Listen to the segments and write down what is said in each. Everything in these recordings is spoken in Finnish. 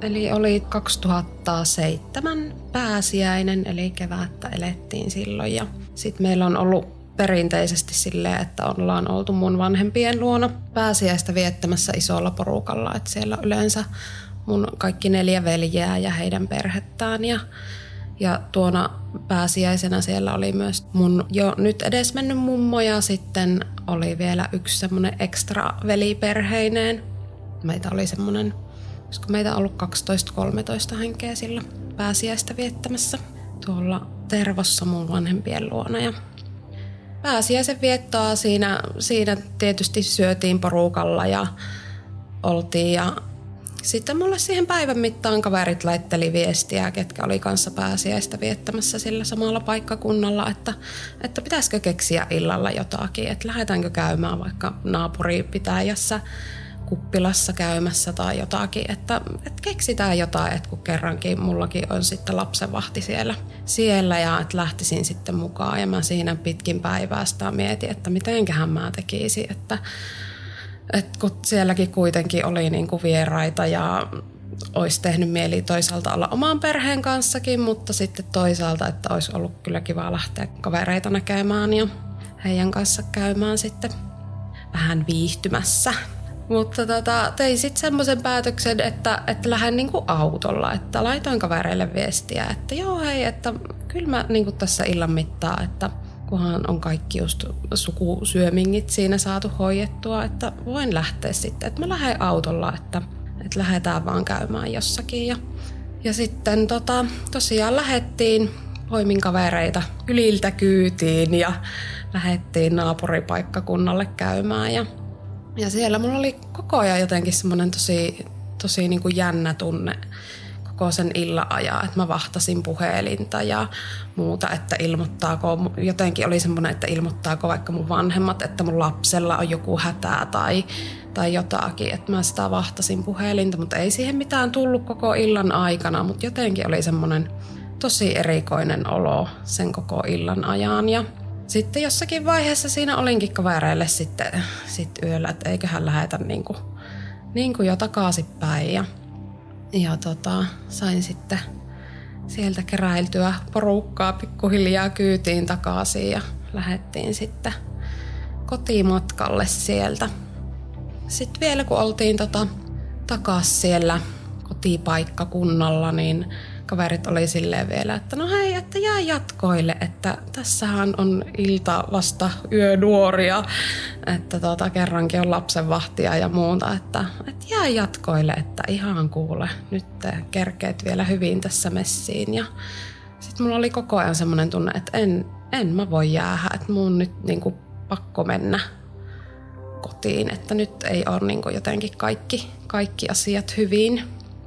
Eli oli 2007 pääsiäinen, eli kevättä elettiin silloin. Ja sitten meillä on ollut perinteisesti silleen, että ollaan oltu mun vanhempien luona pääsiäistä viettämässä isolla porukalla. Että siellä yleensä mun kaikki 4 veljeä ja heidän perhettään. Ja tuona pääsiäisenä siellä oli myös mun jo nyt edesmennyt mummo ja sitten oli vielä yksi semmoinen ekstra veliperheineen. Meitä oli semmoinen, koska meitä on ollut 12-13 henkeä sillä pääsiäistä viettämässä tuolla Tervossa mun vanhempien luona. Ja pääsiäisen viettoa siinä tietysti syötiin porukalla ja oltiin ja sitten mulle siihen päivän mittaan kaverit laitteli viestiä, ketkä oli kanssa pääsiäistä viettämässä sillä samalla paikkakunnalla, että pitäisikö keksiä illalla jotakin, että lähdetäänkö käymään vaikka naapuripitäjässä kuppilassa käymässä tai jotakin, että keksitään jotain, että kun kerrankin mullakin on sitten lapsenvahti siellä ja että lähtisin sitten mukaan ja mä siinä pitkin päivää sitä mietin, että mitenköhän mä tekisin, että kun sielläkin kuitenkin oli niinku vieraita ja olisi tehnyt mieli toisaalta olla oman perheen kanssakin, mutta sitten toisaalta, että olisi ollut kyllä kiva lähteä kavereita näkemään ja heidän kanssa käymään sitten vähän viihtymässä. Mutta tein sitten semmoisen päätöksen, että lähden niinku autolla, että laitoin kavereille viestiä, että joo hei, että kyllä mä niinku tässä illan mittaan, että kunhan on kaikki just sukusyömingit siinä saatu hoidettua, että voin lähteä sitten, että mä lähden autolla, että lähdetään vaan käymään jossakin. Ja sitten tosiaan lähdettiin, poimin kavereita kyliltä kyytiin ja lähdettiin naapuripaikkakunnalle käymään. Ja siellä mulla oli koko ajan jotenkin semmoinen tosi niin kuin jännä tunne koko sen illan ajan, että mä vahtasin puhelinta ja muuta, että jotenkin oli semmoinen, että ilmoittaako vaikka mun vanhemmat, että mun lapsella on joku hätää tai jotakin, että mä sitä vahtasin puhelinta, mutta ei siihen mitään tullut koko illan aikana, mutta jotenkin oli semmoinen tosi erikoinen olo sen koko illan ajan ja sitten jossakin vaiheessa siinä olinkin kavereille sitten yöllä, että eiköhän lähetä niin kuin jo takaisinpäin. Ja sain sitten sieltä keräiltyä porukkaa pikkuhiljaa kyytiin takaisin ja lähdettiin sitten kotimatkalle sieltä. Sitten vielä kun oltiin takaisin siellä kotipaikkakunnalla, niin kaverit oli silleen vielä, että no hei, että jää jatkoille, että tässähän on ilta vasta yönuoria, että kerrankin on lapsenvahtia ja muuta, että jää jatkoille, että ihan kuule, nyt kerkeet vielä hyvin tässä messiin. Ja sitten mulla oli koko ajan semmoinen tunne, että en mä voi jäädä, että mun nyt niinku pakko mennä kotiin, että nyt ei ole niinku jotenkin kaikki asiat hyvin.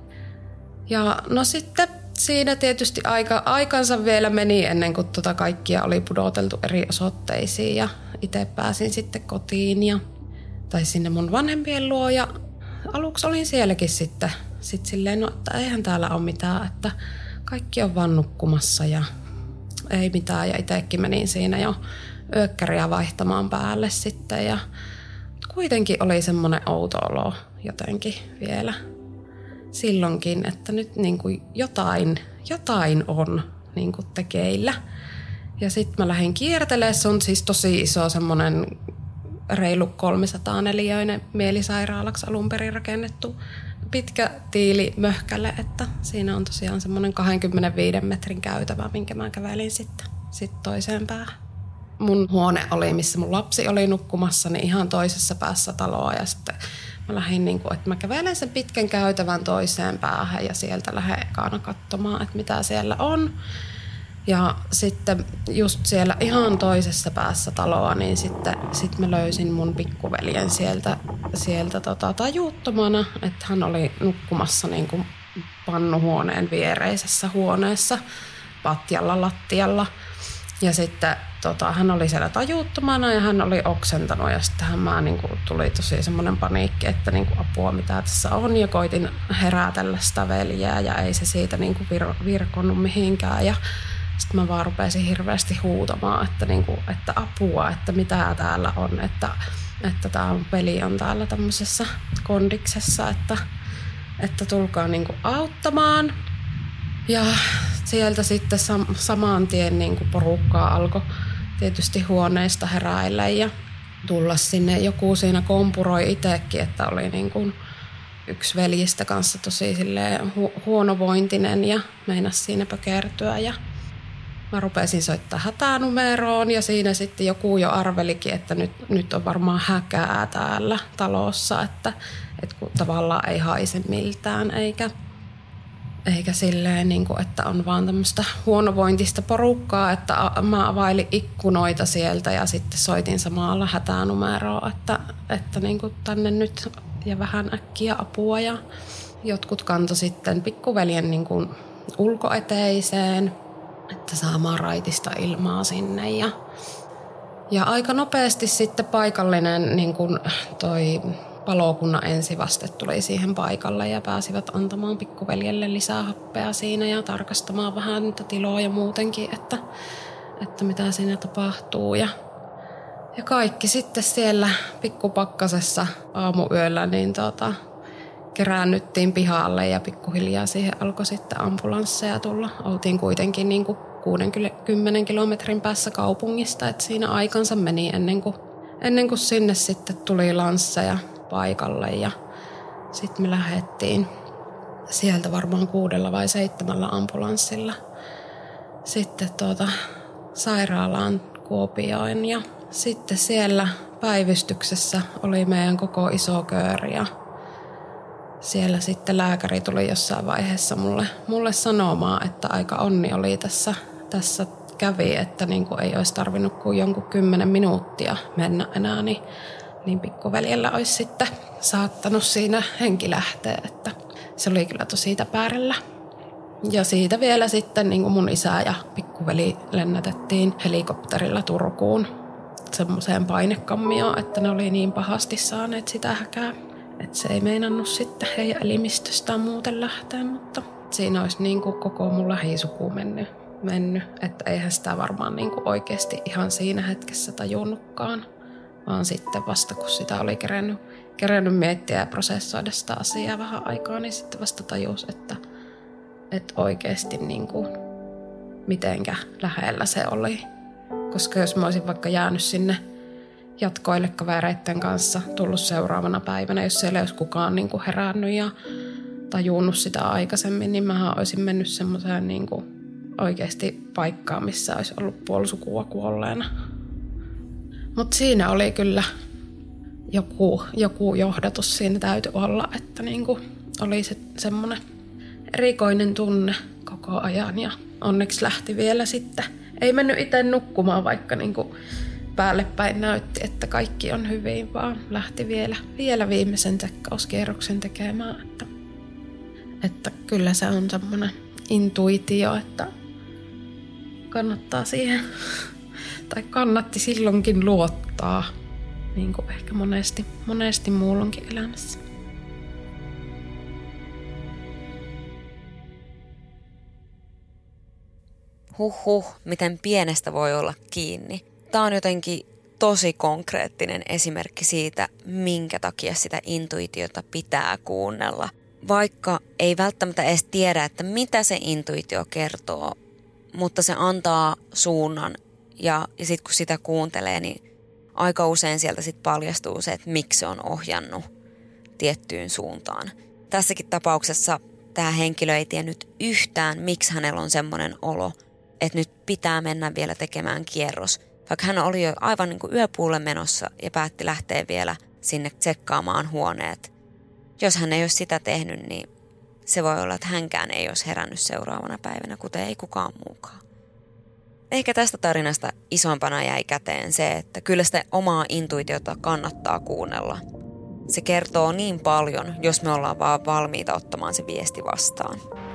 Ja no sitten siinä tietysti aikansa vielä meni ennen kuin kaikkia oli pudoteltu eri osoitteisiin ja itse pääsin sitten kotiin tai sinne mun vanhempien luo ja aluksi olin sielläkin sitten silleen, no että eihän täällä ole mitään, että kaikki on vaan nukkumassa ja ei mitään ja itsekin menin siinä jo yökkäriä vaihtamaan päälle sitten ja kuitenkin oli semmoinen outo olo jotenkin vielä silloinkin, että nyt niin kuin jotain on niin kuin tekeillä. Ja sitten mä lähdin kiertelemään. Se on siis tosi iso semmoinen reilu 304 mielisairaalaksi alun perin rakennettu pitkä tiili möhkäle, että siinä on tosiaan semmoinen 25 metrin käytävä, minkä mä kävelin sitten toiseen päähän. Mun huone oli, missä mun lapsi oli nukkumassa, niin ihan toisessa päässä taloa ja sitten mä lähdin, että mä kävelen sen pitkän käytävän toiseen päähän ja sieltä lähden ekana katsomaan, että mitä siellä on. Ja sitten just siellä ihan toisessa päässä taloa, niin sitten mä löysin mun pikkuveljen sieltä tajuuttomana, että hän oli nukkumassa niin kuin pannuhuoneen viereisessä huoneessa patjalla lattialla. Ja sitten hän oli siellä tajuuttomana ja hän oli oksentanut ja sitten tuli tosi semmoinen paniikki, että apua mitä tässä on ja koitin herätellä sitä veljeä ja ei se siitä virkonnut mihinkään ja sitten mä vaan rupesin hirveästi huutamaan, että apua, että mitä täällä on, että tämä peli on täällä tämmöisessä kondiksessa, että että tulkaa niin kuin auttamaan. Ja sieltä sitten saman tien niin kuin porukkaa alkoi tietysti huoneista heräillä ja tulla sinne. Joku siinä kompuroi itsekin, että oli niin kuin yksi veljistä kanssa tosi huonovointinen ja meinasi siinä pökertyä. Ja mä rupesin soittaa hätänumeroon ja siinä sitten joku jo arvelikin, että nyt on varmaan häkää täällä talossa, että kun tavallaan ei haise miltään eikä silleen, niin kuin, että on vaan tämmöistä huonovointista porukkaa, että mä availin ikkunoita sieltä ja sitten soitin samalla hätänumeroa, että niin kuin tänne nyt ja vähän äkkiä apua. Ja jotkut kantoi sitten pikkuveljen niin kuin ulkoeteiseen, että saamaan raitista ilmaa sinne. Ja aika nopeasti sitten paikallinen niin kuin toi palokunnan ensivaste tuli siihen paikalle ja pääsivät antamaan pikkuveljelle lisää happea siinä ja tarkastamaan vähän niitä tiloja muutenkin, että mitä siinä tapahtuu. Ja kaikki sitten siellä pikkupakkasessa aamuyöllä niin keräännyttiin pihalle ja pikkuhiljaa siihen alkoi sitten ambulansseja tulla. Oltiin kuitenkin niin kuin 60 kilometrin päässä kaupungista, että siinä aikansa meni ennen kuin sinne sitten tuli lansseja paikalle ja sitten me lähdettiin sieltä varmaan 6 vai 7 ambulanssilla sitten sairaalaan Kuopioon ja sitten siellä päivystyksessä oli meidän koko iso kööri ja siellä sitten lääkäri tuli jossain vaiheessa mulle sanomaan, että aika onni oli tässä kävi, että niin kuin ei olisi tarvinnut kuin jonkun 10 minuuttia mennä enää, niin pikkuveljellä olisi sitten saattanut siinä henki lähteä, että se oli kyllä tosi täpärillä. Ja siitä vielä sitten niin kuin mun isä ja pikkuveli lennätettiin helikopterilla Turkuun semmoiseen painekammioon, että ne oli niin pahasti saaneet sitä häkää, että se ei meinannut sitten heidän elimistöstään muuten lähteä, mutta siinä olisi niin kuin koko mun lähisuku mennyt, että eihän sitä varmaan niin kuin oikeasti ihan siinä hetkessä tajunnutkaan, vaan sitten vasta kun sitä oli kerennyt miettiä ja prosessoida sitä asiaa vähän aikaa, niin sitten vasta tajus, että oikeasti niin kuin mitenkä lähellä se oli. Koska jos mä olisin vaikka jäänyt sinne jatkoille kavereiden kanssa, tullut seuraavana päivänä, jos siellä ei olisi kukaan niin kuin herännyt ja tajunnut sitä aikaisemmin, niin mähän olisin mennyt semmoiseen niin kuin oikeasti paikkaan, missä olisi ollut puoli sukua kuolleena. Mutta siinä oli kyllä joku johdatus siinä täytyi olla, että niinku oli se semmoinen erikoinen tunne koko ajan ja onneksi lähti vielä sitten. Ei mennyt itse nukkumaan, vaikka niinku päälle päin näytti, että kaikki on hyvin, vaan lähti vielä viimeisen tsekkauskierroksen tekemään. Että kyllä se on semmoinen intuitio, että kannattaa siihen, tai kannatti silloinkin luottaa, niin kuin ehkä monesti muullonkin elämässä. Miten pienestä voi olla kiinni. Tämä on jotenkin tosi konkreettinen esimerkki siitä, minkä takia sitä intuitiota pitää kuunnella. Vaikka ei välttämättä edes tiedä, että mitä se intuitio kertoo, mutta se antaa suunnan ja sitten kun sitä kuuntelee, niin aika usein sieltä sitten paljastuu se, että miksi se on ohjannut tiettyyn suuntaan. Tässäkin tapauksessa tämä henkilö ei tiennyt yhtään, miksi hänellä on semmoinen olo, että nyt pitää mennä vielä tekemään kierros. Vaikka hän oli jo aivan niin kuin yöpuulle menossa ja päätti lähteä vielä sinne tsekkaamaan huoneet. Jos hän ei olisi sitä tehnyt, niin se voi olla, että hänkään ei olisi herännyt seuraavana päivänä, kuten ei kukaan muukaan. Ehkä tästä tarinasta isompana jäi käteen se, että kyllä sitä omaa intuitiota kannattaa kuunnella. Se kertoo niin paljon, jos me ollaan vaan valmiita ottamaan se viesti vastaan.